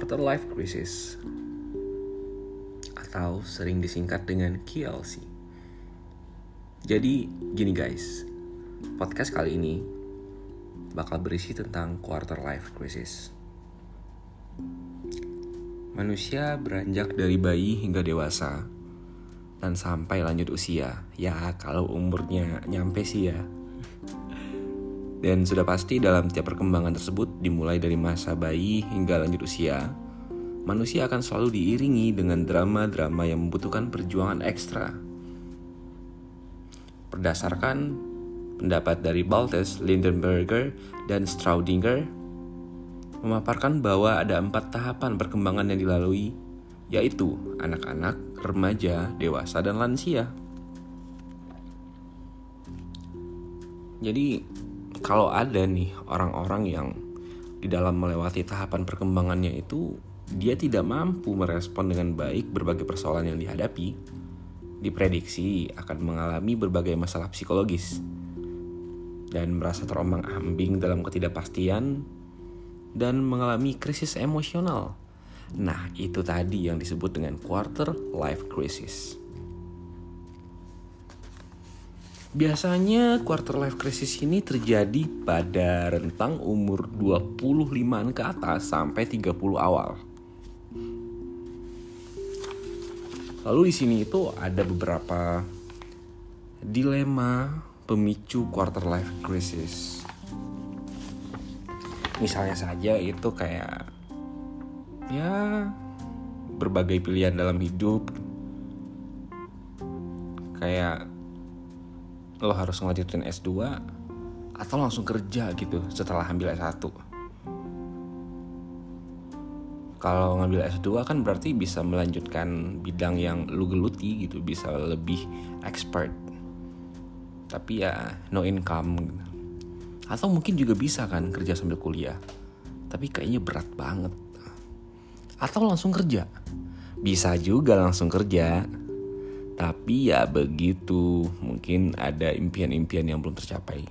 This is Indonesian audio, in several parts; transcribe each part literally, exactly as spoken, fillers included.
quarter life crisis atau sering disingkat dengan Q L C. Jadi gini guys, podcast kali ini bakal berisi tentang quarter life crisis. Manusia beranjak dari bayi hingga dewasa dan sampai lanjut usia. Ya kalau umurnya nyampe sih ya. Dan sudah pasti dalam tiap perkembangan tersebut, dimulai dari masa bayi hingga lanjut usia, manusia akan selalu diiringi dengan drama-drama yang membutuhkan perjuangan ekstra. Berdasarkan pendapat dari Baltes, Lindenberger, dan Staudinger, memaparkan bahwa ada empat tahapan perkembangan yang dilalui, yaitu anak-anak, remaja, dewasa, dan lansia. Jadi, kalau ada nih orang-orang yang di dalam melewati tahapan perkembangannya itu dia tidak mampu merespon dengan baik berbagai persoalan yang dihadapi, diprediksi akan mengalami berbagai masalah psikologis dan merasa terombang-ambing dalam ketidakpastian dan mengalami krisis emosional. Nah, itu tadi yang disebut dengan quarter life crisis. Biasanya quarter life crisis ini terjadi pada rentang umur dua puluh limaan ke atas sampai tiga puluh awal. Lalu di sini itu ada beberapa dilema pemicu quarter life crisis. Misalnya saja itu kayak ya berbagai pilihan dalam hidup. Kayak lo harus ngelanjutin S dua atau langsung kerja gitu setelah ambil S satu. Kalau ngambil S dua kan berarti bisa melanjutkan bidang yang lo geluti gitu, bisa lebih expert. Tapi ya no income gitu. Atau mungkin juga bisa kan kerja sambil kuliah, tapi kayaknya berat banget. Atau langsung kerja, bisa juga langsung kerja, tapi ya begitu, mungkin ada impian-impian yang belum tercapai.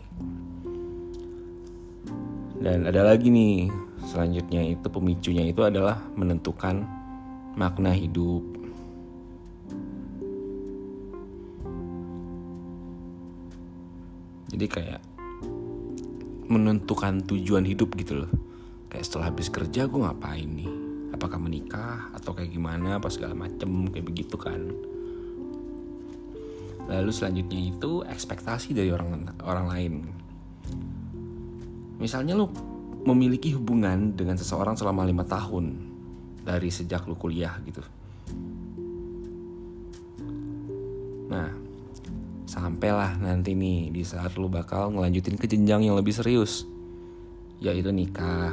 Dan ada lagi nih, selanjutnya itu pemicunya itu adalah menentukan makna hidup. Jadi kayak menentukan tujuan hidup gitu loh. Kayak setelah habis kerja gue ngapain nih? Apakah menikah atau kayak gimana, apa segala macem kayak begitu kan. Lalu selanjutnya itu ekspektasi dari orang orang lain. Misalnya lu memiliki hubungan dengan seseorang selama lima tahun dari sejak lu kuliah gitu. Nah, sampailah nanti nih di saat lu bakal ngelanjutin ke jenjang yang lebih serius, yaitu nikah.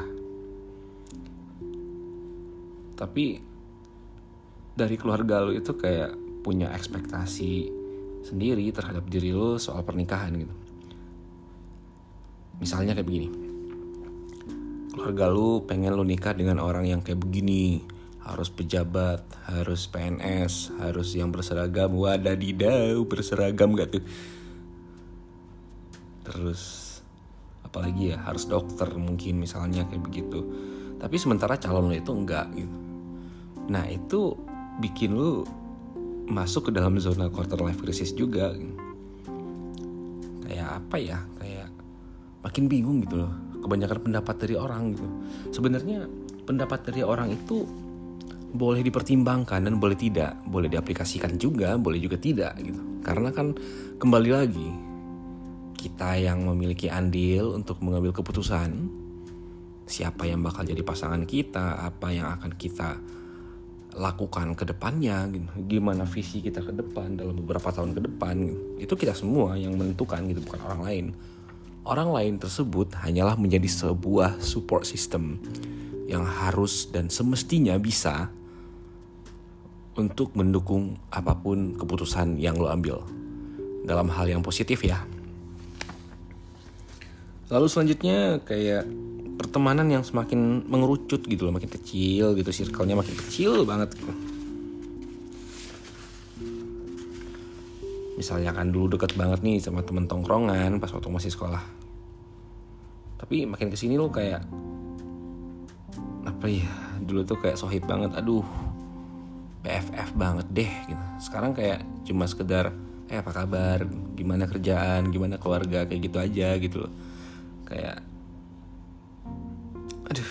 Tapi dari keluarga lu itu kayak punya ekspektasi sendiri terhadap diri lo soal pernikahan gitu. Misalnya kayak begini, keluarga lo pengen lo nikah dengan orang yang kayak begini, harus pejabat, harus P N S, harus yang berseragam, wadadidau berseragam gak tuh. Terus apalagi ya, harus dokter mungkin misalnya kayak begitu. Tapi sementara calon lo itu enggak gitu. Nah itu bikin lo masuk ke dalam zona quarter life crisis juga. Kayak apa ya, kayak makin bingung gitu loh. Kebanyakan pendapat dari orang gitu. Sebenarnya pendapat dari orang itu boleh dipertimbangkan dan boleh tidak, boleh diaplikasikan juga, boleh juga tidak gitu. Karena kan kembali lagi, kita yang memiliki andil untuk mengambil keputusan siapa yang bakal jadi pasangan kita, apa yang akan kita lakukan ke depannya gitu. Gimana visi kita ke depan dalam beberapa tahun ke depan gitu. Itu kita semua yang menentukan gitu, bukan orang lain. Orang lain tersebut hanyalah menjadi sebuah support system yang harus dan semestinya bisa untuk mendukung apapun keputusan yang lo ambil dalam hal yang positif ya. Lalu selanjutnya kayak pertemanan yang semakin mengerucut gitu loh, makin kecil gitu, circle-nya makin kecil banget gitu. Misalnya kan dulu deket banget nih sama temen tongkrongan pas waktu masih sekolah, tapi makin kesini lo kayak apa ya, dulu tuh kayak sohib banget, aduh B F F banget deh gitu. Sekarang kayak cuma sekedar eh apa kabar, gimana kerjaan, gimana keluarga, kayak gitu aja gitu loh. Kayak aduh,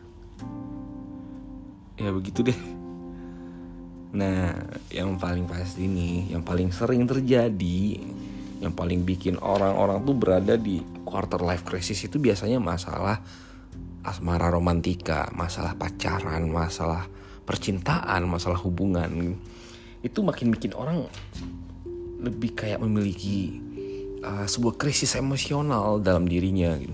ya begitu deh. Nah, yang paling pasti nih, yang paling sering terjadi, yang paling bikin orang-orang tuh berada di quarter life crisis itu biasanya masalah asmara romantika, masalah pacaran, masalah percintaan, masalah hubungan. Itu makin bikin orang lebih kayak memiliki uh, sebuah krisis emosional dalam dirinya gitu.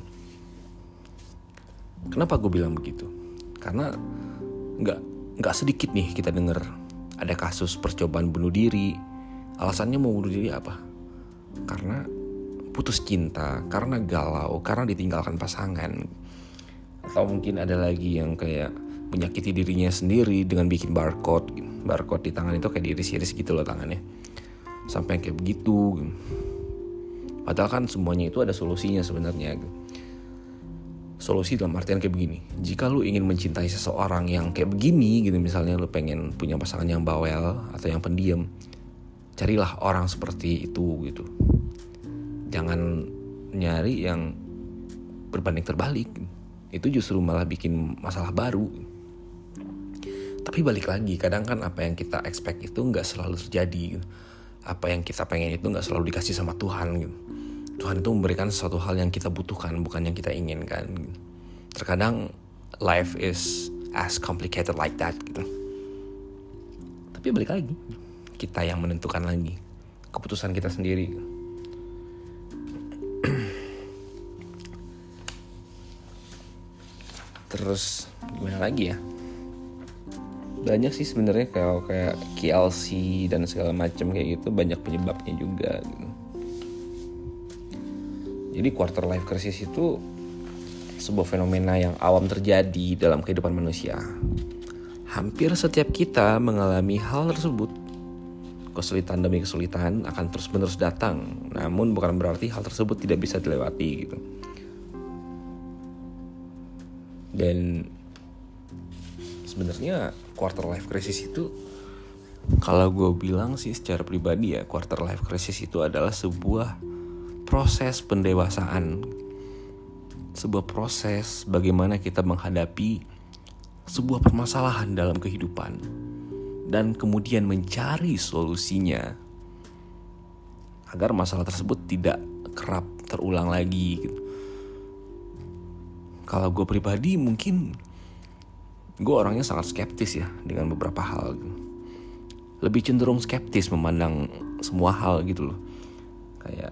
Kenapa gue bilang begitu? Karena nggak nggak sedikit nih kita dengar ada kasus percobaan bunuh diri. Alasannya mau bunuh diri apa? Karena putus cinta, karena galau, karena ditinggalkan pasangan. Atau mungkin ada lagi yang kayak menyakiti dirinya sendiri dengan bikin barcode. Barcode di tangan itu kayak diiris-iris gitu loh tangannya. Sampai kayak begitu. Padahal kan semuanya itu ada solusinya sebenarnya. Solusi dalam artian kayak begini. Jika lu ingin mencintai seseorang yang kayak begini gitu, misalnya lu pengen punya pasangan yang bawel atau yang pendiam, carilah orang seperti itu gitu. Jangan nyari yang berbanding terbalik. Itu justru malah bikin masalah baru. Tapi balik lagi, kadang kan apa yang kita expect itu gak selalu terjadi gitu. Apa yang kita pengen itu gak selalu dikasih sama Tuhan gitu. Tuhan itu memberikan sesuatu hal yang kita butuhkan, bukan yang kita inginkan. Terkadang life is as complicated like that gitu. Tapi balik lagi, kita yang menentukan lagi. Keputusan kita sendiri. Terus gimana lagi ya? Banyak sih sebenarnya kayak kayak K L C dan segala macam kayak gitu, banyak penyebabnya juga gitu. Jadi quarter life crisis itu sebuah fenomena yang awam terjadi dalam kehidupan manusia. Hampir setiap kita mengalami hal tersebut. Kesulitan demi kesulitan akan terus-menerus datang. Namun bukan berarti hal tersebut tidak bisa dilewati gitu. Dan sebenarnya quarter life crisis itu, kalau gue bilang sih secara pribadi ya, quarter life crisis itu adalah sebuah proses pendewasaan, sebuah proses bagaimana kita menghadapi sebuah permasalahan dalam kehidupan dan kemudian mencari solusinya agar masalah tersebut tidak kerap terulang lagi gitu. Kalau gue pribadi mungkin gue orangnya sangat skeptis ya dengan beberapa hal gitu. Lebih cenderung skeptis memandang semua hal gitu loh. Kayak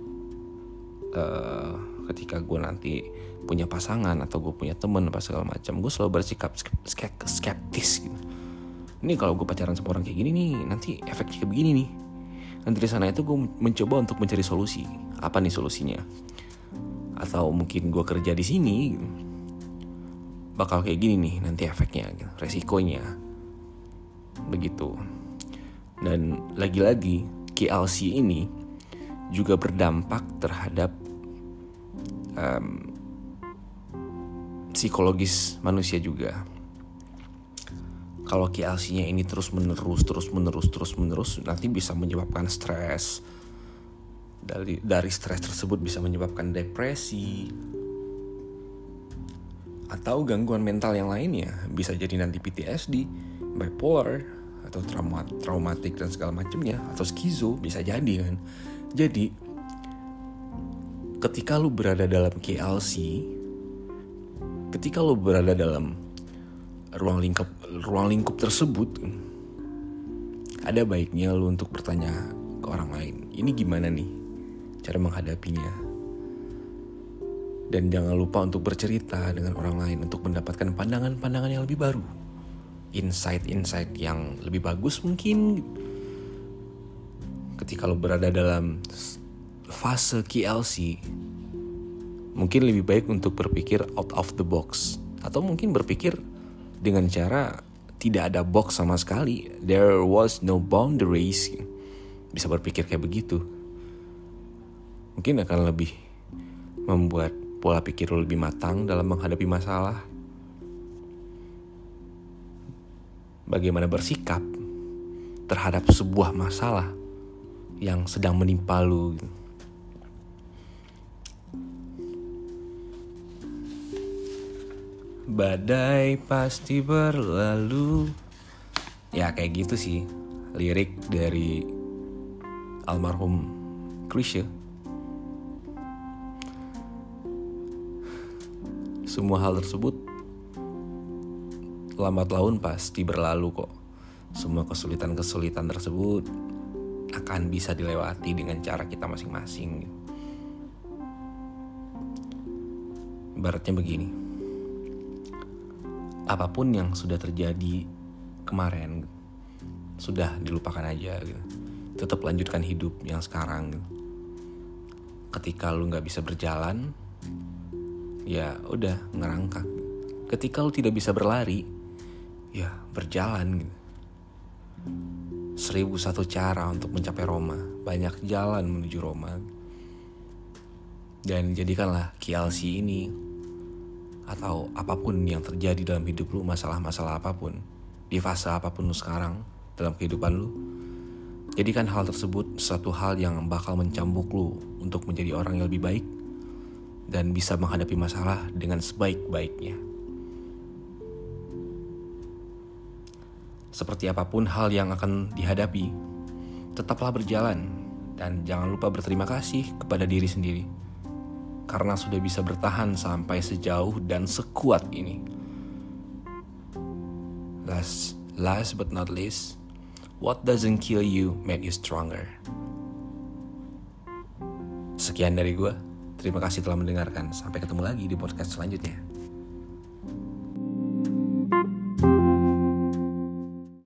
Uh, ketika gue nanti punya pasangan atau gue punya teman apa segala macam, gue selalu bersikap skeptis gitu. Ini kalau gue pacaran sama orang kayak gini nih, nanti efeknya kayak begini nih. Nanti di sana itu gue mencoba untuk mencari solusi. Apa nih solusinya? Atau mungkin gue kerja di sini bakal kayak gini nih nanti efeknya, gitu, resikonya. Begitu. Dan lagi-lagi K L C ini juga berdampak terhadap um, psikologis manusia juga. Kalau K L C-nya ini terus menerus, terus menerus, terus menerus, nanti bisa menyebabkan stres. Dari dari stres tersebut bisa menyebabkan depresi atau gangguan mental yang lainnya. Bisa jadi nanti P T S D, bipolar atau trauma traumatik dan segala macamnya, atau skizo bisa jadi kan. Jadi ketika lu berada dalam K L C, ketika lu berada dalam ruang lingkup ruang lingkup tersebut, ada baiknya lu untuk bertanya ke orang lain, ini gimana nih cara menghadapinya. Dan jangan lupa untuk bercerita dengan orang lain untuk mendapatkan pandangan-pandangan yang lebih baru, insight-insight yang lebih bagus mungkin. Ketika lo berada dalam fase K L C, mungkin lebih baik untuk berpikir out of the box. Atau mungkin berpikir dengan cara tidak ada box sama sekali. There was no boundaries. Bisa berpikir kayak begitu. Mungkin akan lebih membuat pola pikir lo lebih matang dalam menghadapi masalah. bagaimana bersikap terhadap sebuah masalah yang sedang menimpa lu. Badai pasti berlalu. Ya kayak gitu sih lirik dari almarhum Chrisye. Semua hal tersebut lambat laun pasti berlalu kok. Semua kesulitan-kesulitan tersebut akan bisa dilewati dengan cara kita masing-masing. Ibaratnya begini, apapun yang sudah terjadi kemarin sudah dilupakan aja gitu. Tetap lanjutkan hidup yang sekarang gitu. Ketika lu gak bisa berjalan, ya udah ngerangkak. Ketika lu tidak bisa berlari, ya berjalan gitu. Seribu satu cara untuk mencapai Roma. Banyak jalan menuju Roma. Dan jadikanlah K L C ini, atau apapun yang terjadi dalam hidup lu, masalah-masalah apapun, di fase apapun lu sekarang dalam kehidupan lu, jadikan hal tersebut satu hal yang bakal mencambuk lu untuk menjadi orang yang lebih baik dan bisa menghadapi masalah dengan sebaik-baiknya. Seperti apapun hal yang akan dihadapi, tetaplah berjalan dan jangan lupa berterima kasih kepada diri sendiri karena sudah bisa bertahan sampai sejauh dan sekuat ini. Last, last but not least, what doesn't kill you make you stronger. Sekian dari gue. Terima kasih telah mendengarkan. Sampai ketemu lagi di podcast selanjutnya.